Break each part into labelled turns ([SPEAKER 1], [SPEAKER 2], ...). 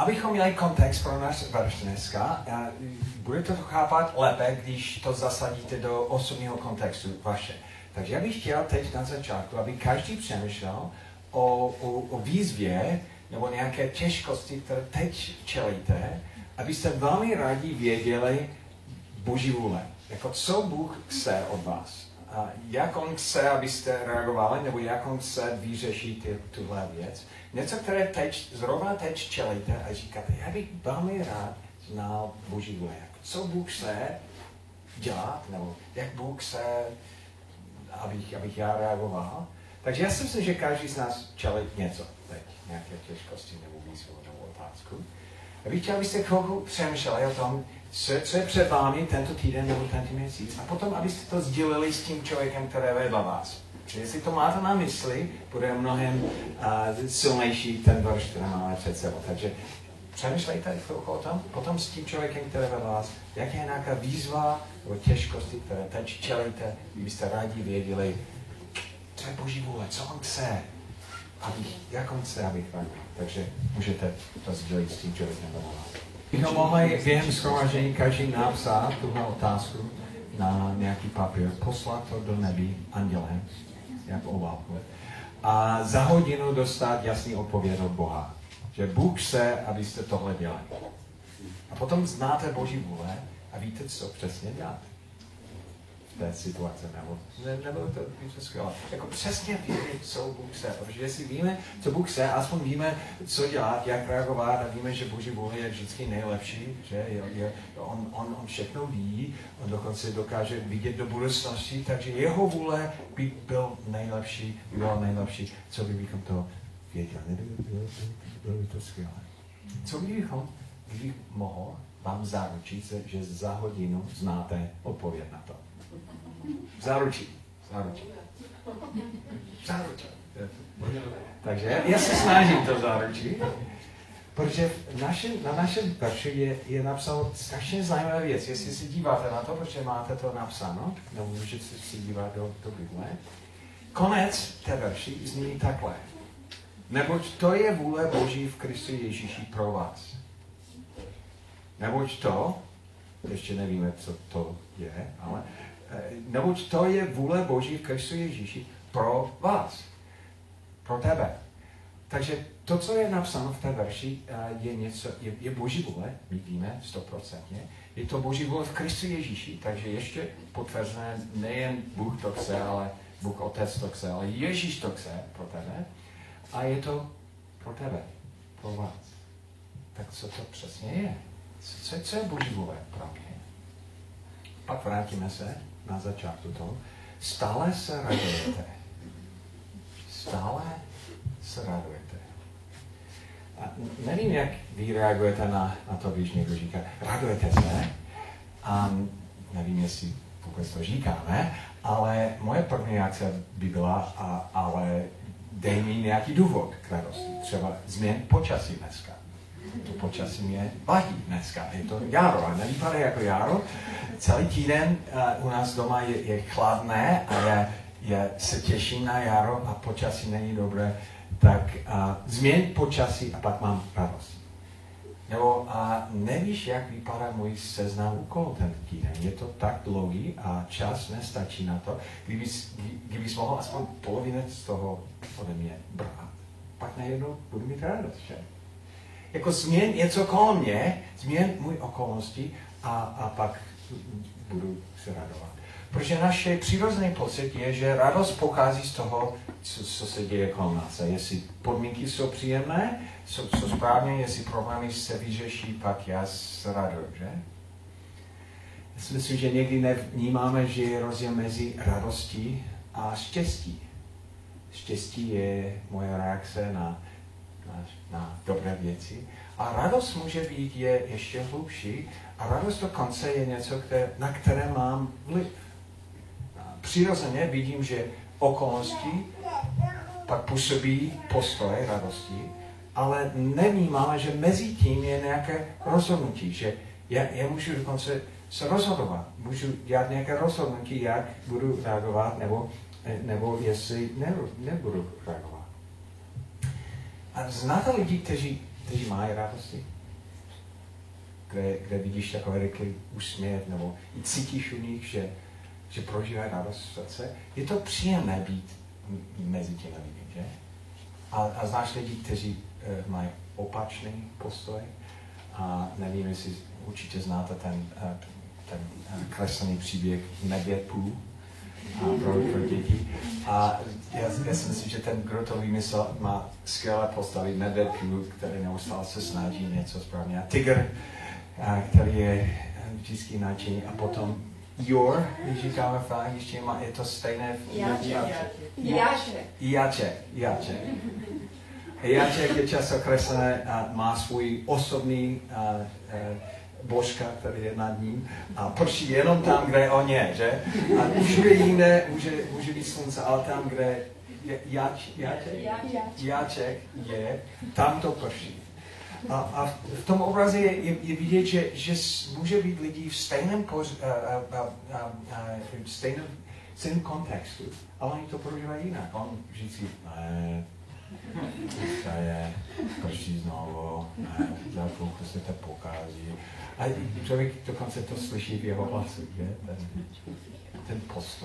[SPEAKER 1] abychom měli kontext pro náš verš dneska, budete to chápat lépe, když to zasadíte do osobního kontextu vaše. Takže já bych chtěl teď na začátku, aby každý přemýšlel o výzvě nebo nějaké těžkosti, které teď čelíte, abyste velmi rádi věděli Boží vůle. Jako co Bůh chce od vás. A jak on chce, abyste reagovali, nebo jak on chce vyřešit tuhle věc. Něco, které zrovna teď čelíte a říkáte, já bych velmi rád znal Boží vůle. Co Bůh chce dělat, nebo jak Bůh chce, abych já reagoval. Takže já si myslím, že každý z nás čelí něco teď, nějaké těžkosti nebo výzvu nebo otázku. Já bych chtěl, abyste chvilku přemýšleli o tom, co je před vámi tento týden nebo tento měsíc a potom, abyste to sdělili s tím člověkem, který je vedle vás. Jestli to máte na mysli, bude mnohem silnější ten verš, který máme před sebou. Takže přemýšlejte chvilku o tom, potom s tím člověkem, který je vedle vás, jaká je nějaká výzva nebo těžkosti, které teď čelíte, kdybyste rádi věděli, co je Boží vůle, co on chce, jak on chce, abych vám. Takže můžete to sdělit s tím člověkem vedle vás. Bychom mohli během shromaždění každý napsat tuhle otázku na nějaký papír, poslat to do nebi andělem, jak obálku. A za hodinu dostat jasný odpověď od Boha. Že Bůh chce, abyste tohle dělali. A potom znáte Boží vůle a víte, co přesně děláte v té situaci. Nebo to skvělé. Jako přesně vědět, co Bůh chce. Protože jestli víme, co Bůh chce, aspoň víme, co dělat, jak reagovat a víme, že Boží vůle je vždycky nejlepší, že on všechno ví, on dokonce dokáže vidět do budoucnosti, takže jeho vůle by bylo nejlepší, co bychom to věděli. Bylo by to skvělé. Co kdybych mohl vám zaručit, že za hodinu znáte odpověď na to? Zaručí. Takže já se snažím to zaručit, protože na našem verši je napsáno strašně zajímavé věc. Jestli se díváte na to, protože máte to napsáno, nebo můžete si dívat do Bible. Konec té verši zní takhle. Neboť to je vůle Boží v Kristu Ježíši pro vás. Neboť to, ještě nevíme, co to je, ale neboť to je vůle Boží v Kristu Ježíši pro vás. Pro tebe. Takže to, co je napsáno v té verši, je Boží vůle, my víme 100%. Je to Boží vůle v Kristu Ježíši, takže ještě potvrzené, nejen Bůh to chce, ale Bůh Otec to chce, ale Ježíš to chce pro tebe. A je to pro tebe, pro vás. Tak co to přesně je? Co je Boží vůle pro mě? Pak vrátíme se na začátku toho. Stále se radujete. A nevím, jak vy reagujete na to, když někdo říká, radujete se. Nevím, jestli vůbec to říkáme, ale moje první reakce by byla, ale dej mi nějaký důvod k radosti. Třeba změn počasí dneska. To počasí mě vadí dneska. Je to jaro, a nevypadá jako jaro. Celý týden u nás doma je chladné a se těším na jaro a počasí není dobré. Tak změn počasí a pak mám radost. Nebo nevíš, jak vypadá můj seznam úkolů ten týden. Je to tak dlouhý a čas nestačí na to. Kdybys mohl aspoň polovinu z toho ode mě brát, pak najednou budu mít radost. Že? Jako změn něco kolem mě, změn můj okolnosti a pak budu se radovat. Protože naše přirozený pocit je, že radost pochází z toho, co se děje kolem nás. A jestli podmínky jsou příjemné, jsou správně, jestli problémy se vyřeší, pak já se raduju, že? Já si myslím, že někdy nevnímáme, že je rozdíl mezi radostí a štěstí. Štěstí je moje reakce na dobré věci. A radost může být ještě hlubší. A radost dokonce je něco, na které mám vliv. Přirozeně vidím, že okolnosti pak působí postoje radosti, ale nevnímáme, že mezi tím je nějaké rozhodnutí, že já můžu dokonce se rozhodovat, můžu dělat nějaké rozhodnutí, jak budu reagovat, nebo jestli nebudu reagovat. A znáte lidi, kteří kteří mají radosti? Kde vidíš takový rychlý úsměv, nebo i cítíš u nich, že prožívají radost v srdce. Je to příjemné být mezi těmi lidmi, že? A znáš lidi, kteří mají opačný postoj. A nevím, jestli určitě znáte ten kreslený příběh Medvědů pro děti. A já si myslím, že ten, kdo to vymyslel, má skvělé postavy Medvědů, který neustále se snaží něco správně. A tygr, který je vždycky nadšený. A potom Jor, když říkáme v angličtině, je to stejné v Jáček. Jáček je často kreslené a má svůj osobní božka, který je nad ním a prší jenom tam, kde on je, že? A všude jinde může být slunce, ale tam, kde Jáček je, tam to prší. A v tom obraze je vidět, že může být lidi v stejném kontextu, ale oni to prožívají jinak. On vždycky, prší znovu, za chvilku se to pokazí. A člověk dokonce to slyší v jeho hlasu, že? Ten postoj.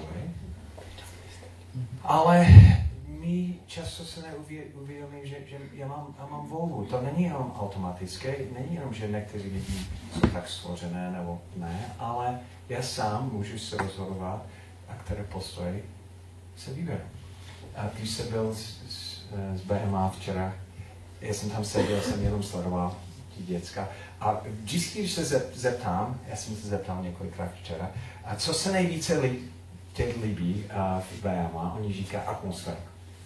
[SPEAKER 1] Ale my často se neuvědomíme, že já mám volbu. To není jenom automatické, není jenom, že někteří lidi jsou tak stvořené nebo ne, ale já sám můžu se rozhodovat, a které postoje se vyberu. A když jsem byl z BMA včera, já jsem tam seděl, jsem jenom sledoval ty děcka. A vždycky, když se zeptám, já jsem se zeptal několikrát včera, a co se nejvíce těch líbí v BMA, oni říkají atmosféra.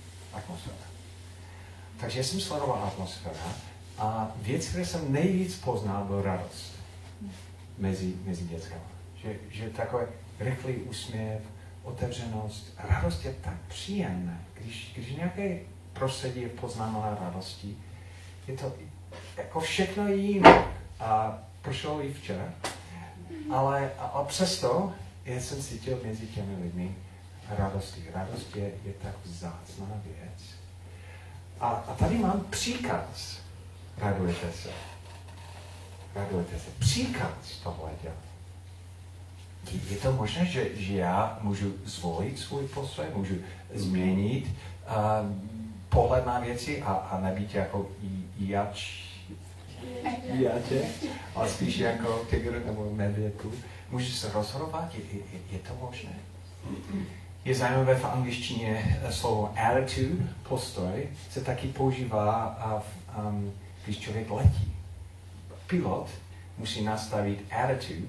[SPEAKER 1] Takže já jsem sledoval atmosféra a věc, které jsem nejvíc poznal, byl radost mezi dětskama. Že takový rychlý úsměv, otevřenost. Radost je tak příjemná. Když nějaké prostředí je poznámé radostí, je to jako všechno jiné. A prošlo i včera. Ale přesto jsem cítil mezi těmi lidmi radosti. Radost je tak vzácná věc. A tady mám příkaz. Radujte se. Příkaz tohle dělat. Je to možné, že já můžu zvolit svůj postoj, můžu změnit pohled na věci a nebýt jako jáče, ale spíš jako tygr nebo medvědku. Můžu se rozhodovat, je to možné. Je zajímavé v angličtině slovo attitude, postoj, se taky používá, když člověk letí. Pilot musí nastavit attitude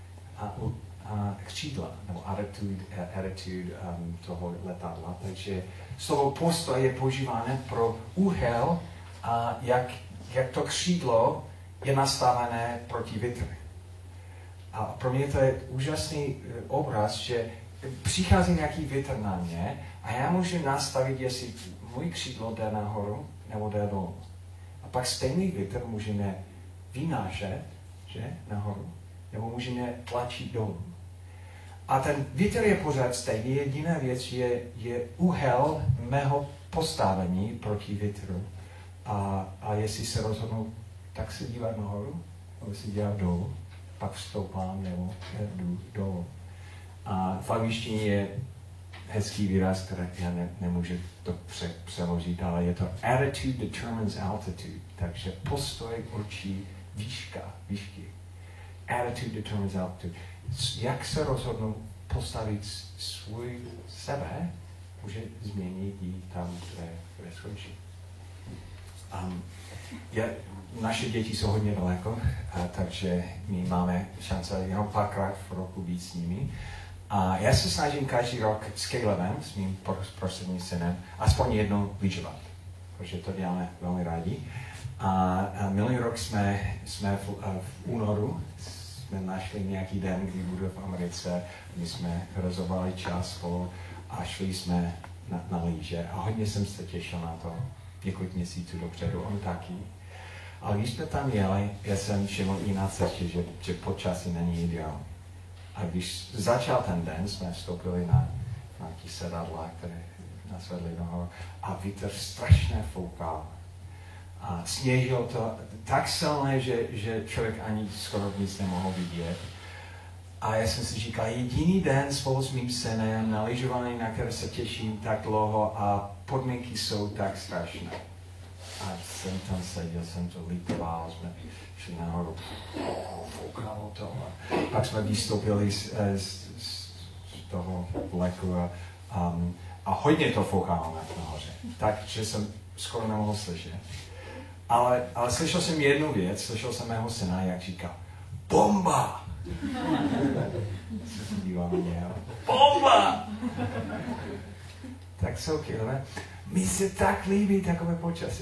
[SPEAKER 1] křídla, nebo attitude toho letadla. Takže slovo postoj je používané pro úhel, jak to křídlo je nastavené proti větru. A pro mě to je úžasný obraz, že přichází nějaký větr na mě a já můžu nastavit, jestli můj křídlo jde nahoru nebo jde dolů. A pak stejný větr může mě vynášet, že, nahoru, nebo může mě tlačit dolů. A ten vítr je pořád stejný, jediná věc je úhel mého postavení proti větru. A jestli se rozhodnu, tak se dívat nahoru, nebo se dívat dolů, pak vstoupám nebo jdu dolů. A v angličtině je hezký výraz, který já nemůžu to přeložit, ale je to attitude determines altitude. Takže postoj určí výšky. Attitude determines altitude. Jak se rozhodnu postavit svůj sebe, může změnit i tam, kde skončí. Naše děti jsou hodně daleko, takže my máme šance jenom párkrát v roku být s nimi. A já se snažím každý rok s Calebem, s mým prostředním synem, aspoň jednou lyžovat, protože to děláme velmi rádi. A minulý rok jsme v únoru jsme našli nějaký den, kdy budu v Americe, my jsme rozhovali čas a šli jsme na lyže. A hodně jsem se těšil na to, několik měsíců dopředu, on taky. Ale když jsme tam jeli, já jsem všiml i na cestě, že počasí není ideální. A když začal ten den, jsme vstoupili na nějaký sedadla, které nás vedli nahoru, a vítr strašně foukal. A sněžilo to tak silné, že člověk ani skoro nic nemohl vidět. A já jsem si říkal, jediný den spolu s mým synem na lyžování, na které se těším tak dlouho a podmínky jsou tak strašné. A jsem tam seděl, jsem to lítoval, jsme šli nahoru, foukalo to. Pak jsme vystoupili z toho vleku a hodně to foukalo nahoře. Takže jsem skoro nemohl slyšet. Ale slyšel jsem jednu věc, slyšel jsem mého syna, jak říkal, bomba! Se díval na něho, bomba! Tak jsou kylové. Mi se tak líbí takové počasí.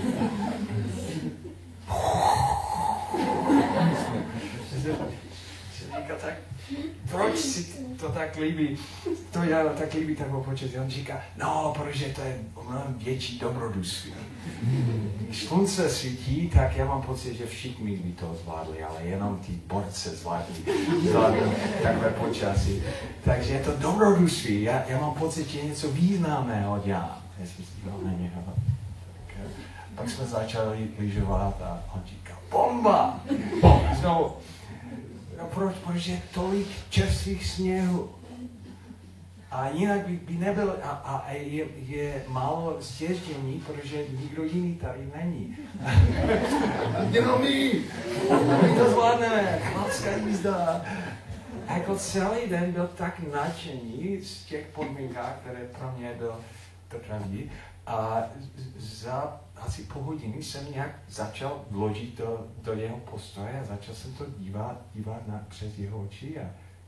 [SPEAKER 1] Říká tak, proč si to tak líbí? To já tak líbí takové počasí. On říká, no, protože to je mnohem větší dobrodružství. Když slunce svítí, tak já mám pocit, že všichni by to zvládli, ale jenom ty borce zvládli takové počasí. Takže je to dobrodružství. Já mám pocit, že něco významného dělám. Jestli si to na něho. Pak jsme začali lyžovat a on říkal, bomba! Znovu. No proč? Protože je tolik čerstvých sněhů. A jinak by nebyl, a je málo stěždění, protože nikdo jiný tady není. Jenom my to zvládneme, chlapská jízda. A jako celý den byl tak nadšený z těch podmínkách, které pro mě byl trpělivý. A za asi půl hodiny jsem nějak začal vložit do jeho postoje a začal jsem to dívat přes jeho oči. A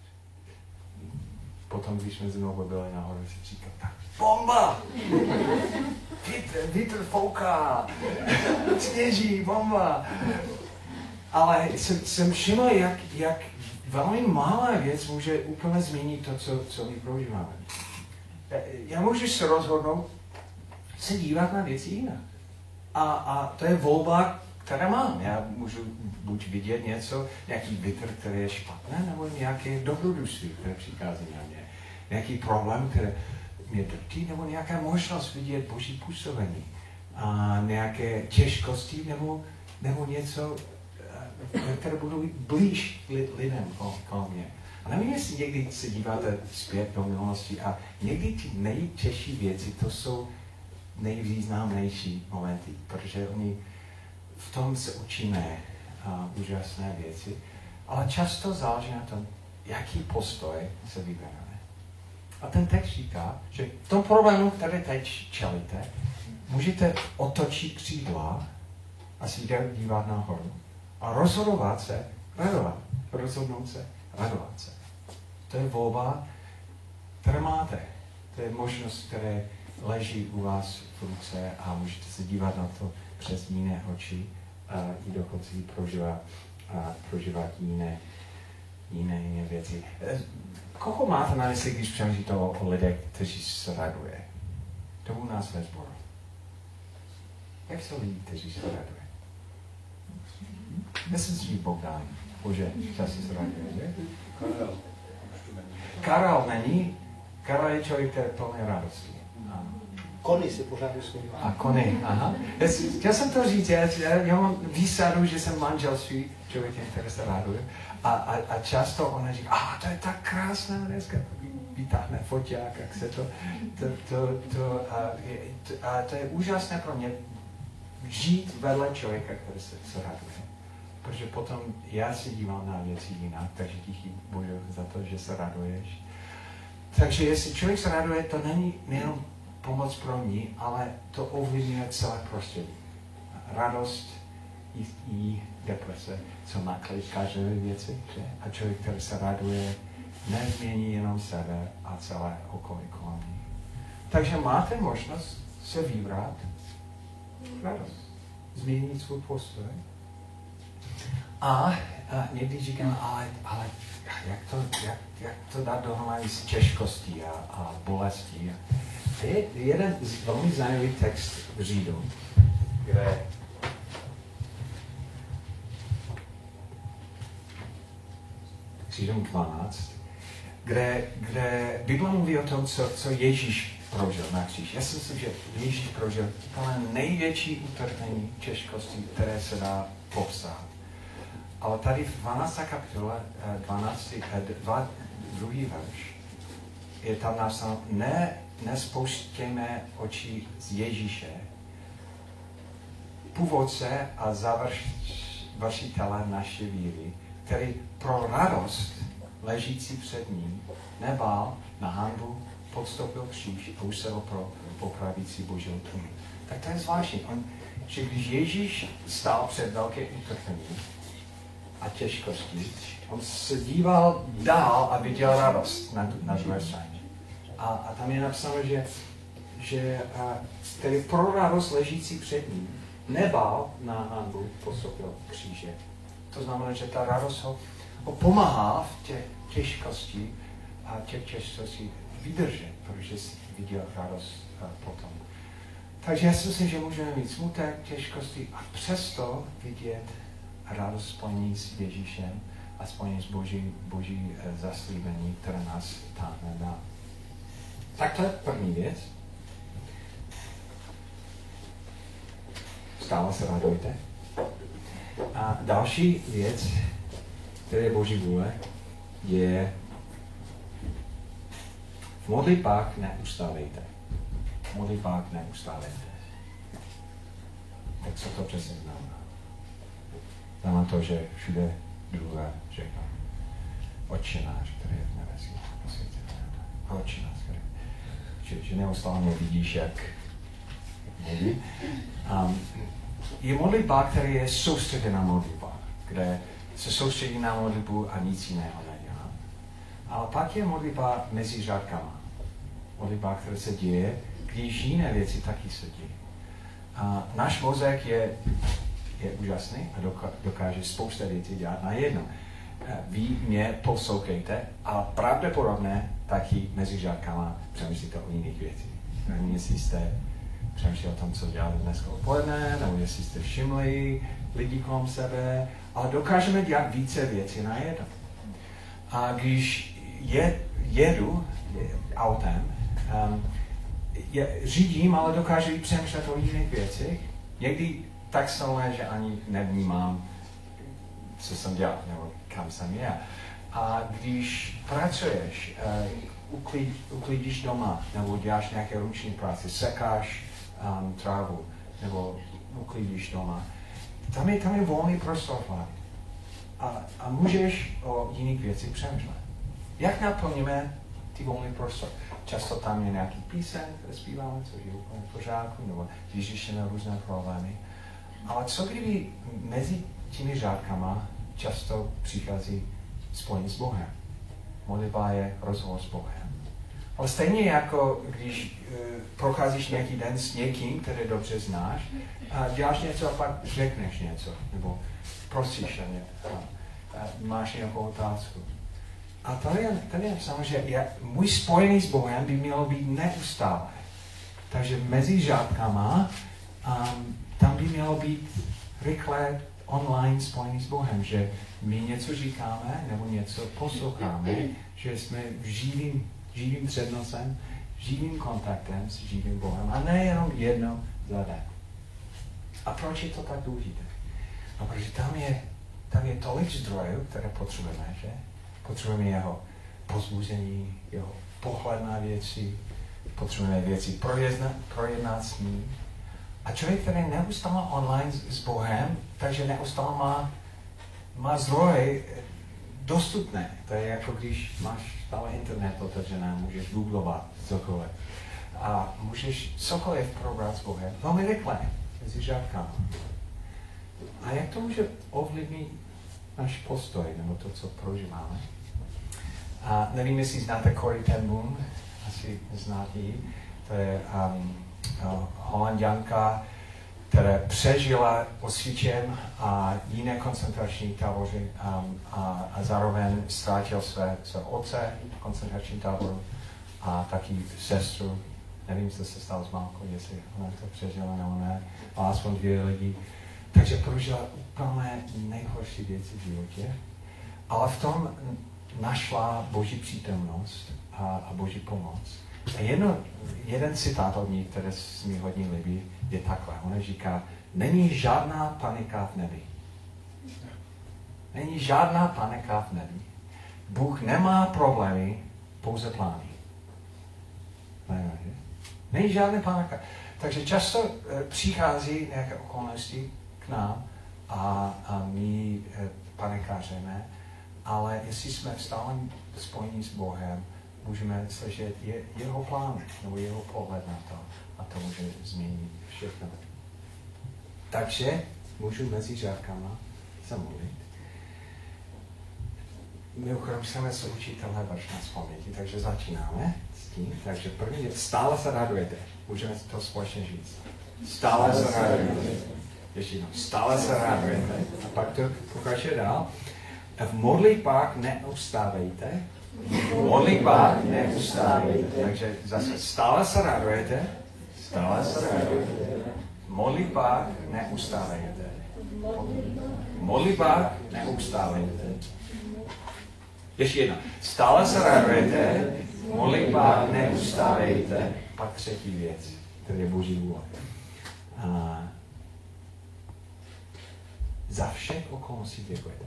[SPEAKER 1] potom, když jsme znovu byli nahoru, jsem říkal, tak bomba! Vítr fouká, sněží, bomba! Ale jsem všiml, jak velmi malá věc může úplně změnit to, co my prožíváme. Já můžu se rozhodnout se dívat na věci jinak. A to je volba, která mám. Já můžu buď vidět nějaký vítr, který je špatné, nebo nějaké dobrodružství, které přichází na mě. Nějaký problém, který mě drtí, nebo nějaká možnost vidět Boží působení. A nějaké těžkosti, nebo něco, které budou blíž lidem kolem mě. A nevím, jestli někdy se díváte zpět do minulosti a někdy ty nejtěžší věci, to jsou nejvýznamnější momenty, protože oni v tom se učíme úžasné věci, ale často záleží na tom, jaký postoj se vybereme. A ten text říká, že v tom problému, který teď čelíte, můžete otočit křídla a si dívat nahoru a rozhodnout se, radovat se. To je volba, kterou máte. To je možnost, která leží u vás v ruce a můžete se dívat na to přes jiné oči i dokonce prožívat jiné věci. Koho máte na mysli, když přemýšlíte o lidech, kteří se raduje? To u nás ve sboru. Jak jsou lidi, kteří se raduje? Myslím si, že Bogdan. Bože, časy se raduje, že? Karel není. Karel je člověk, který je plný radosti.
[SPEAKER 2] Kony se pořád usmívá.
[SPEAKER 1] A Kony, aha. Chtěl jsem to říct, já mám výsadu, že jsem manželství člověkem, který se raduje. A často ona říká, to je tak krásné dneska. Vytáhne foťák, jak se to je úžasné pro mě žít vedle člověka, který se raduje. Protože potom já si dívám na věci jinak, takže díky Bohu za to, že se raduješ. Takže jestli člověk se raduje, to není nejenom pomoc pro ní, ale to ovlivňuje celé prostředí. Radost i deprese, co naklid každé věci. Že? A člověk, který se raduje, nezmění jenom sebe a celé okolí kolem ní. Takže máte možnost se vybrat radost. Změnit svůj postoj. A někdy říkám, ale jak to dát dohromady s těžkostí a bolestí. To je jeden velmi zajímavý text v Řídu, kde Řídům 12, kde Bible mluví o tom, co Ježíš prožil na kříži. Já si myslím, že Ježíš prožil úplně největší utrpení, těžkosti, které se dá popsat. Ale tady v 12. kapitole, 2. verš, je tam napsáno, nespouštějme oči z Ježíše, původce a završitele naší víry, který pro radost ležící před ním nebál na hanbu, podstoupil kříž a usedl pro popravící Božího trůnu. Tak to je zvláštní, že když Ježíš stál před velké utrpení a těžkosti, on se díval dál a viděl radost na druhé straně. A tam je napsáno, že tedy pro radost ležící před ním nebál na hanbu, podstoupil kříže. To znamená, že ta radost ho pomáhá v těch těžkosti a těch těžkostí vydržet, protože viděl radost potom. Takže já si myslím, že můžeme mít smutek, těžkosti a přesto vidět radost spojení s Ježíšem a spojení s Boží zaslíbení, které nás táhne dál. Tak to je první věc. Stále se radujte. A další věc, která je Boží vůle, je v modlitbách neustávejte. V modlitbách neustávejte. Tak co to přesně znamená? Znamená to, že všude druhé řekne Otče náš, který je v nebesích, posvěcen jméno. Otče náš, který že neustále vidíš, jak mluví. Je modlitba, která je soustředěná modlitba, kde se soustředí na modlitbu a nic jiného nedělá. Ale pak je modlitba mezi řádkama. Modlitba, která se děje, když jiné věci taky se dějí. Náš mozek je úžasný a dokáže spousta věcí dělat najednou. Vy mě poslouchejte a pravděpodobně taky mezi řádkama přemýšlíte o jiných věcích. Nevím, jestli jste přemýšleli o tom, co děláte dneska odpoledne, nebo jestli jste všimli lidi kolem sebe, ale dokážeme dělat více věcí najednou. A když jedu autem, řídím, ale dokážu i přemýšlet o jiných věcích. Někdy tak silné, že ani nevnímám, co jsem dělal, nebo kam jsem jel. A když pracuješ, uklidíš doma, nebo děláš nějaké ruční práce, sekáš trávu, nebo uklidíš doma, tam je volný prostor v hlavě. A můžeš o jiných věcích přemýšlet. Jak naplníme ty volný prostor? Často tam je nějaký píseň, které zpíváme, což je úplně v pořádku, nebo když řešíme různé problémy. Ale co kdyby mezi těmi řádkama často přichází spojení s Bohem? Modlitba je rozhovor s Bohem. Ale stejně jako když procházíš nějaký den s někým, který dobře znáš, a děláš něco a pak řekneš něco, nebo prosíš máš nějakou otázku. A tady je samozřejmě, můj spojení s Bohem by mělo být neustále. Takže mezi řádkama tam by mělo být rychle online spojení s Bohem, že my něco říkáme nebo něco posloucháme, že jsme v živým přednosem, živým kontaktem s živým Bohem a nejenom jednou za den. A proč je to tak důležité? No, protože tam je tolik zdrojů, které potřebujeme, že? Potřebujeme jeho pozbuzení, jeho pohled na věci, potřebujeme věci projednat s ním. A člověk, který je neustále online s Bohem, takže neustále má zdroje dostupné. To je jako když máš stále internet otevřené, můžeš googlovat cokoliv. A můžeš cokoliv probrat s Bohem velmi rychle, mezi řádkama. A jak to může ovlivnit náš postoj, nebo to, co prožíváme? A nevím, jestli znáte Corrie ten Boom, asi znáte ji. To je Holanďanka, která přežila Osvětšem a jiné koncentrační tábory a zároveň ztratil své otce v koncentračním táboru a taky sestru. Nevím, co se stalo s mámkou, jestli ona to přežila nebo ne, ale aspoň 2 lidi. Takže prožila úplně nejhorší věci v životě, ale v tom našla Boží přítomnost a Boží pomoc. A jeden citát od ní, který se mi hodně líbí, je takhle. Ona říká, není žádná panika v nebi. Není žádná panika v nebi. Bůh nemá problémy, pouze plány. Není žádná panika. Takže často přichází nějaké okolnosti k nám a my panikářeme, ale jestli jsme v stálem spojení s Bohem, můžeme slyšet jeho plán nebo jeho pohled na to a to může změnit všechno. Takže můžu mezi řádkama se mluvit. Mimochodem chceme se učit tenhle verš na vzpomněti, takže začínáme s tím. Takže první je, stále se radujete. Můžeme to společně říct. Stále se radujete. Ještě jednou, stále se radujete. A pak to pokračuje dál. V modlitbách neustávejte. V modlitbách neustávejte. Takže zase stále se radujete. Stále se radujete. V modlitbách neustávejte. V modlitbách neustávejte. Ještě jedno. Stále se radujete, v modlitbách neustávejte. Pak třetí věc, který je Boží vůle. Za všech okolností děkujete.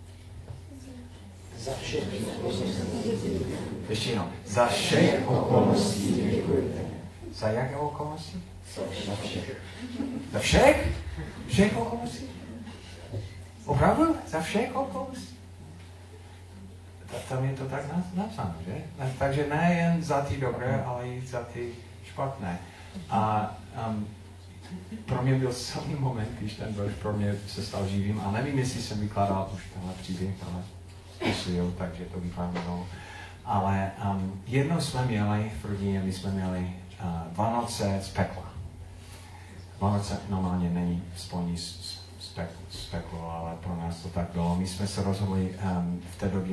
[SPEAKER 2] Za všech okolností.
[SPEAKER 1] Ještě jedno. Za všech okolností děkujete. Za jaké okolnosti? Za všech. Za všech? Všech okolností? Opravdu? Za všech okolností? Tam je to tak napsáno, že? Takže ne jen za ty dobré, ale i za ty špatné. A pro mě byl samý moment, když ten verš pro mě se stal živým, a nevím, jestli jsem vykládal už tenhle příběh, ale zkusil, takže to vykládal. Ale jednou jsme měli v rodině, my jsme měli Vánoce z pekla. Vánoce normálně není spojený s peklou, ale pro nás to tak bylo. My jsme se rozhodli, v té době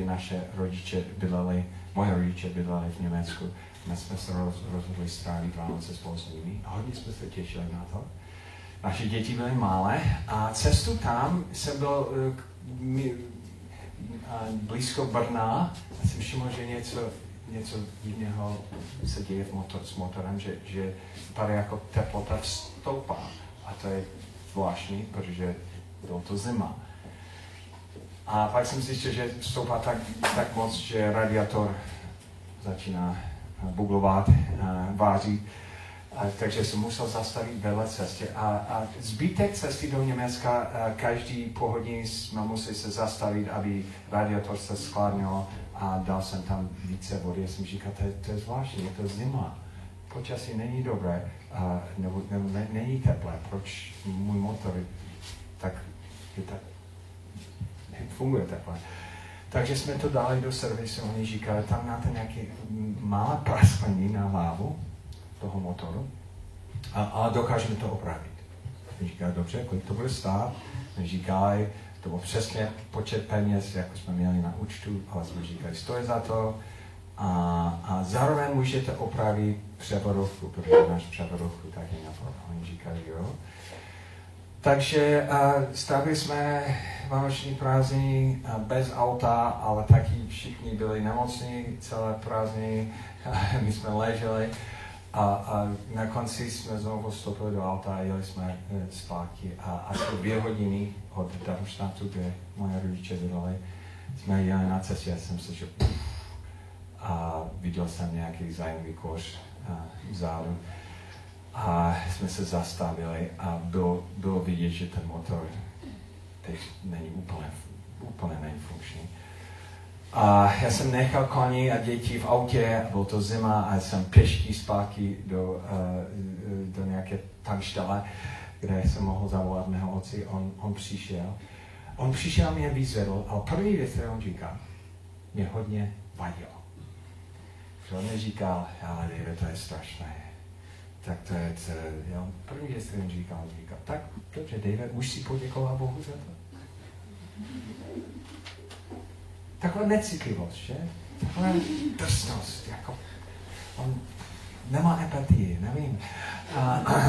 [SPEAKER 1] moje rodiče bydleli v Německu, my jsme se rozhodli strávit Vánoce spolu s nimi a hodně jsme se těšili na to. Naše děti byly malé a cestu tam jsem byl blízko Brna a jsem všiml, že něco divného se děje s motorem, že tady jako teplota stoupá a to je zvláštní, protože bylo to zima. A pak jsem zjistil, že stoupá tak moc, že radiátor začíná bublovat, vářit. Takže jsem musel zastavit vedle cesty. A zbytek cesty do Německa, každý po hodině jsme museli se zastavit, aby radiátor se schladnil a dal jsem tam více vody. Já jsem říkal, to je zvláštní, je to zima. Počasí není dobré, nebo není teplé. Proč můj motor tak funguje takhle. Takže jsme to dali do servisu, oni říkali, tam máte nějaké malé prasklení na hlavu toho motoru a dokážeme to opravit. Oni říkali, dobře, kolik to bude stát? Oni říkali, to byl přesně počet peněz, jako jsme měli na účtu, ale jsme říkali, stojí za to a zároveň můžete opravit převodovku, protože náš převodovku taky napadl. Oni říkali, jo. Takže strávili jsme vánoční prázdniny bez auta, ale taky všichni byli nemocní celé prázdniny, my jsme leželi a na konci jsme znovu vstoupili do auta a jeli jsme zpátky a asi 2 hodiny od Darmstadtu, kde moje rodiče bydleli, jsme jeli na cestě, já jsem slyšel a viděl jsem nějaký zajímavý koš vzadu. A jsme se zastavili a bylo vidět, že ten motor teď není úplně nefunkční. A já jsem nechal koní a děti v autě, bylo to zima a jsem pěšky zpátky do nějaké tankštele, kde jsem mohl zavolat mého otci. On přišel a mě vyzvedl, ale první věc, kterou on říkal, mě hodně vadilo. On mi říkal, ale David, to je strašné. Tak to je, první věc, kterou říkal, tak dobře, David, už si poděkoval Bohu za to? Taková necitlivost, že? Taková drsnost, jako on nemá empatii, nevím.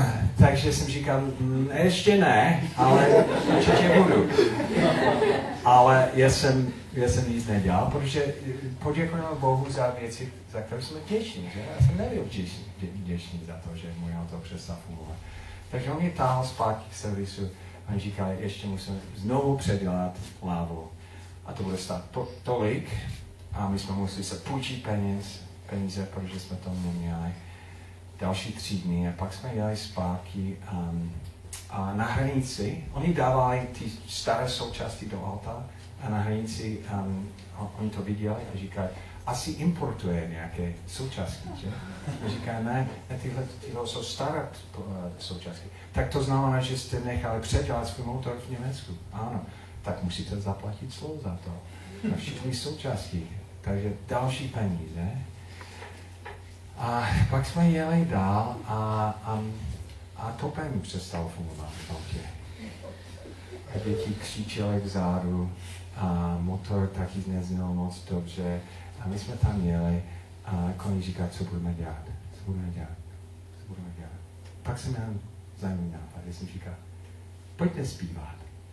[SPEAKER 1] Takže jsem říkal, ještě ne, ale určitě budu. A ale já jsem nic nedělal, protože poděkujeme Bohu za věci, za které jsme vděční, že? Já jsem nebyl vděčný za to, že můj auto přestal fungovat. Takže on mě táhl zpátky k servisu a on říkal, ještě musím znovu předělat lávu. A to bude stát tolik a my jsme museli se půjčit peníze, protože jsme to neměli. Další 3 dny a pak jsme jeli zpátky a na hranici, oni dávali ty staré součásti do auta a na hranici oni to viděli a říkají, asi importuje nějaké součástky, že? A říkají, ne, tyhle jsou staré součástky. Tak to znamená, že jste nechali předělat svůj motor v Německu. Ano, tak musíte zaplatit slovo za to. Na všechny součástky. Takže další peníze. A pak jsme jeli dál a topení přestalo fungovat v autě. A děti křičely vzadu a motor taky nezněl moc dobře. A my jsme tam jeli a koní říká, co budeme dělat. Pak jsem měl zajímavý nápad, já jsem říkal, pojďte zpívat.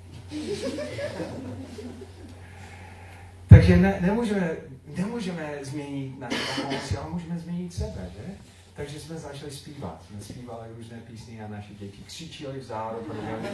[SPEAKER 1] Takže nemůžeme změnit naše okolnosti, ale můžeme změnit sebe, že? Takže jsme začali zpívat. Jsme zpívali různé písně a naše děti křičily vzadu, protože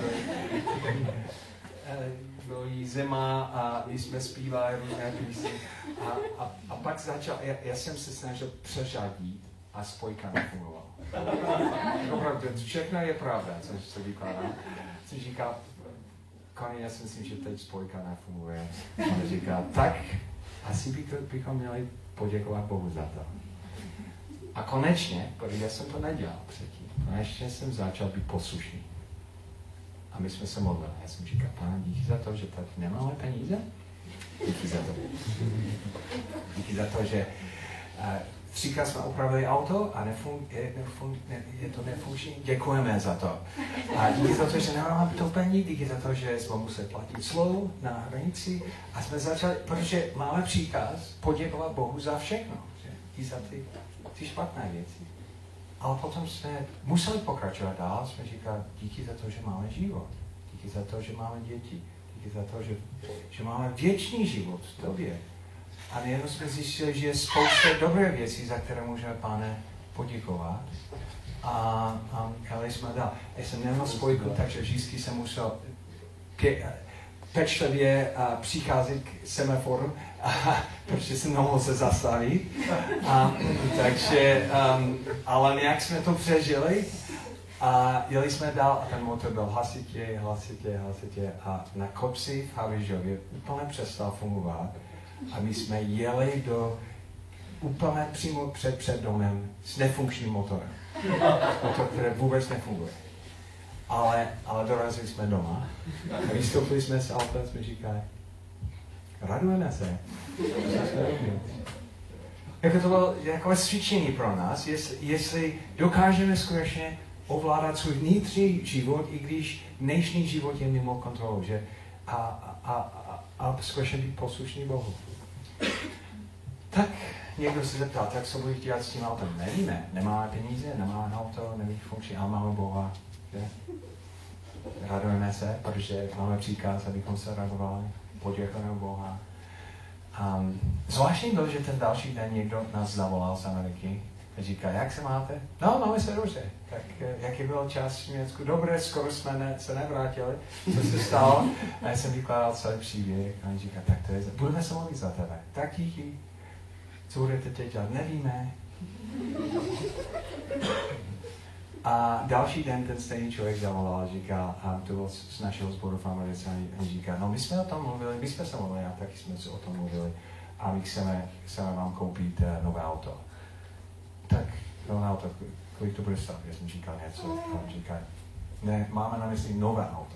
[SPEAKER 1] bylo jí zima a jsme zpívali různé písně. A pak začal, já jsem se snažil přeřadit a spojka nefungovala. Opravdu, všechno je pravda, co vykládám. Jsem říkal, Connie, já si myslím, že teď spojka nefunguje. On říká, tak asi bychom měli poděkovat Bohu za to. A konečně, protože já jsem to nedělal předtím, konečně jsem začal být poslušný. A my jsme se modlili. Já jsem říkal, Pane, díky za to, že tady nemáme peníze. Díky za to. Díky za to, že 3krát jsme opravili auto a je to nefunkční. Děkujeme za to. A díky za to, že nemáme topení, díky za to, že jsme museli platit slovo na hranici a jsme začali, protože máme příkaz poděkovat Bohu za všechno. Že? I za ty špatné věci. Ale potom jsme museli pokračovat dál, jsme říkali, díky za to, že máme život. Díky za to, že máme děti. Díky za to, že máme věčný život v tobě. A nejenom jsme zjistili, že je spousta dobré věcí, za které můžeme, Pane, poděkovat. A jeli jsme dál. Já jsem neměl spojku, takže vždycky jsem musel pečlivě přicházet k semaforu, protože jsem nemohl se zastavit. Takže, ale nějak jsme to přežili a jeli jsme dál a ten motor byl hlasitě a na kopci v Havířově úplně přestal fungovat. A my jsme jeli úplně přímo před domem s nefunkčním motorem. Motor, který vůbec nefunguje. Ale dorazili jsme doma a vystoupili jsme z auta a jsme říkali, radujeme se. Jako to bylo takové cvičení pro nás, jestli dokážeme skutečně ovládat svůj vnitřní život, i když dnešní život je mimo kontrolu, že? A skutečně být poslušný Bohu. Tak někdo se zeptal, tak co budeš dělat s tím autem? Nevíme, nemáme peníze, nemáme auto, neví funkční, ale máme Boha. Že? Radujeme se, protože máme příkaz, abychom se radovali, poděkujeme Boha. Zvláštní byl, že ten další den někdo nás zavolal z Ameriky a říká, jak se máte? No, máme se dobře. Tak jaký byl čas v Německu? Dobré, skoro jsme se nevrátili. Co se stalo? A já jsem vykládal celý příběh a on říká, tak to je, budeme se modlit za tebe. Tak díky. Co budete teď dělat? Nevíme. A další den ten stejný člověk zavolal a říká, a to byl z našeho sboru v Americe, a říká, no my jsme o tom mluvili, my jsme se mluvili a taky jsme se o tom mluvili a my chceme vám koupit nové auto. Tak nové auto, kolik to bude stát? Já jsem říkal něco. A on říká, ne, máme na mysli nové auto.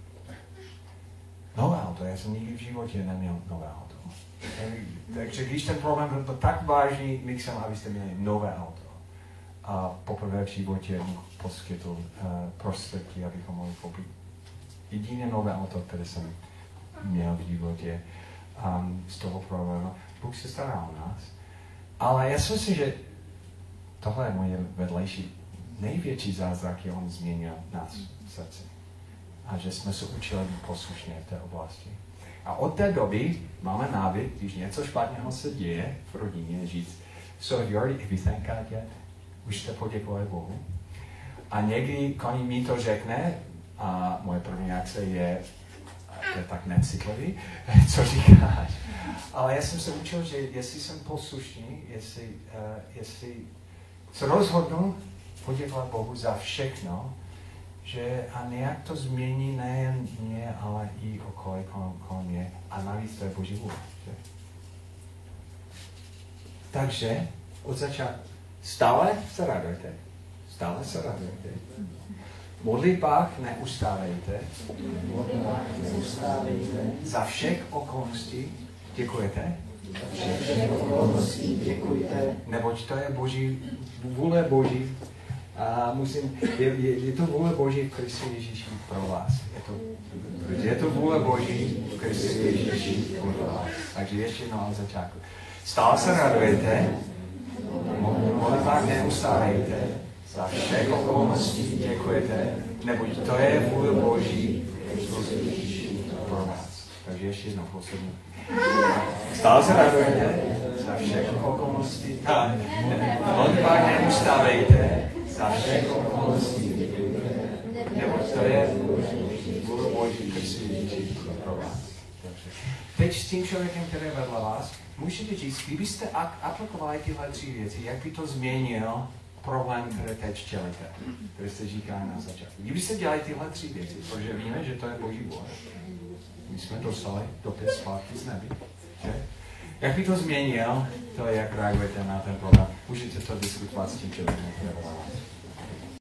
[SPEAKER 1] Nové auto, já jsem nikdy v životě neměl nové auto. Takže když ten problém byl tak vážný, my chceme, abyste měli nové auto. A poprvé v životě mu poskytl prostředky, abychom mohli koupit jediné nové auto, které jsem měl v životě z toho problému. Bůh se stará o nás. Ale já si myslím, že tohle je moje vedlejší největší zázrak, je on změnil nás v srdci. A že jsme se učili být poslušní v té oblasti. A od té doby máme návyk, když něco špatného se děje v rodině, říct, so have you already thank God yet? Už jste poděkovali Bohu? A někdy Connie mi to řekne a moje první akce je tak necitlivý, co říkáš. Ale já jsem se učil, že jestli jsem poslušný, jestli se rozhodnu poděkovat Bohu za všechno, že a nějak to změní nejen mě, ale i okolí kolem mě. A navíc to je Boží vůle. Takže od začátku stále se radujte. Stále se radujte. Modlitbách neustávejte. Za všech okolností děkujete. Neboť to je Boží, vůle Boží. A je to vůle Boží v Kristu Ježíši pro vás. Je to vůle Boží v Kristu Ježíši pro vás. Takže ještě jednou na začátku. Stále se radujete. Modlitbách neustávejte. Za všech okolností děkujete, neboť to je vůle Boží pro vás. Takže ještě jednou poslední. Stále se radujete, za všech okolností. Modlitbách neustávejte, za všech okolností děkujete, neboť to je vůle Boží pro vás. Teď s tím člověkem, který je vedle vás, můžete říct, kdybyste aplikovali tyhle 3 věci, jak by to změnil problém, který teď čelíte, který jste říkali na začátku. Kdybyste dělali tyhle 3 věci, protože víme, že to je Boží vůle. My jsme dostali dopis zpátky z nebe. Jak by to změnil, to jak reagujete na ten problém. Můžete to diskutovat s tím člověkem, který je vás.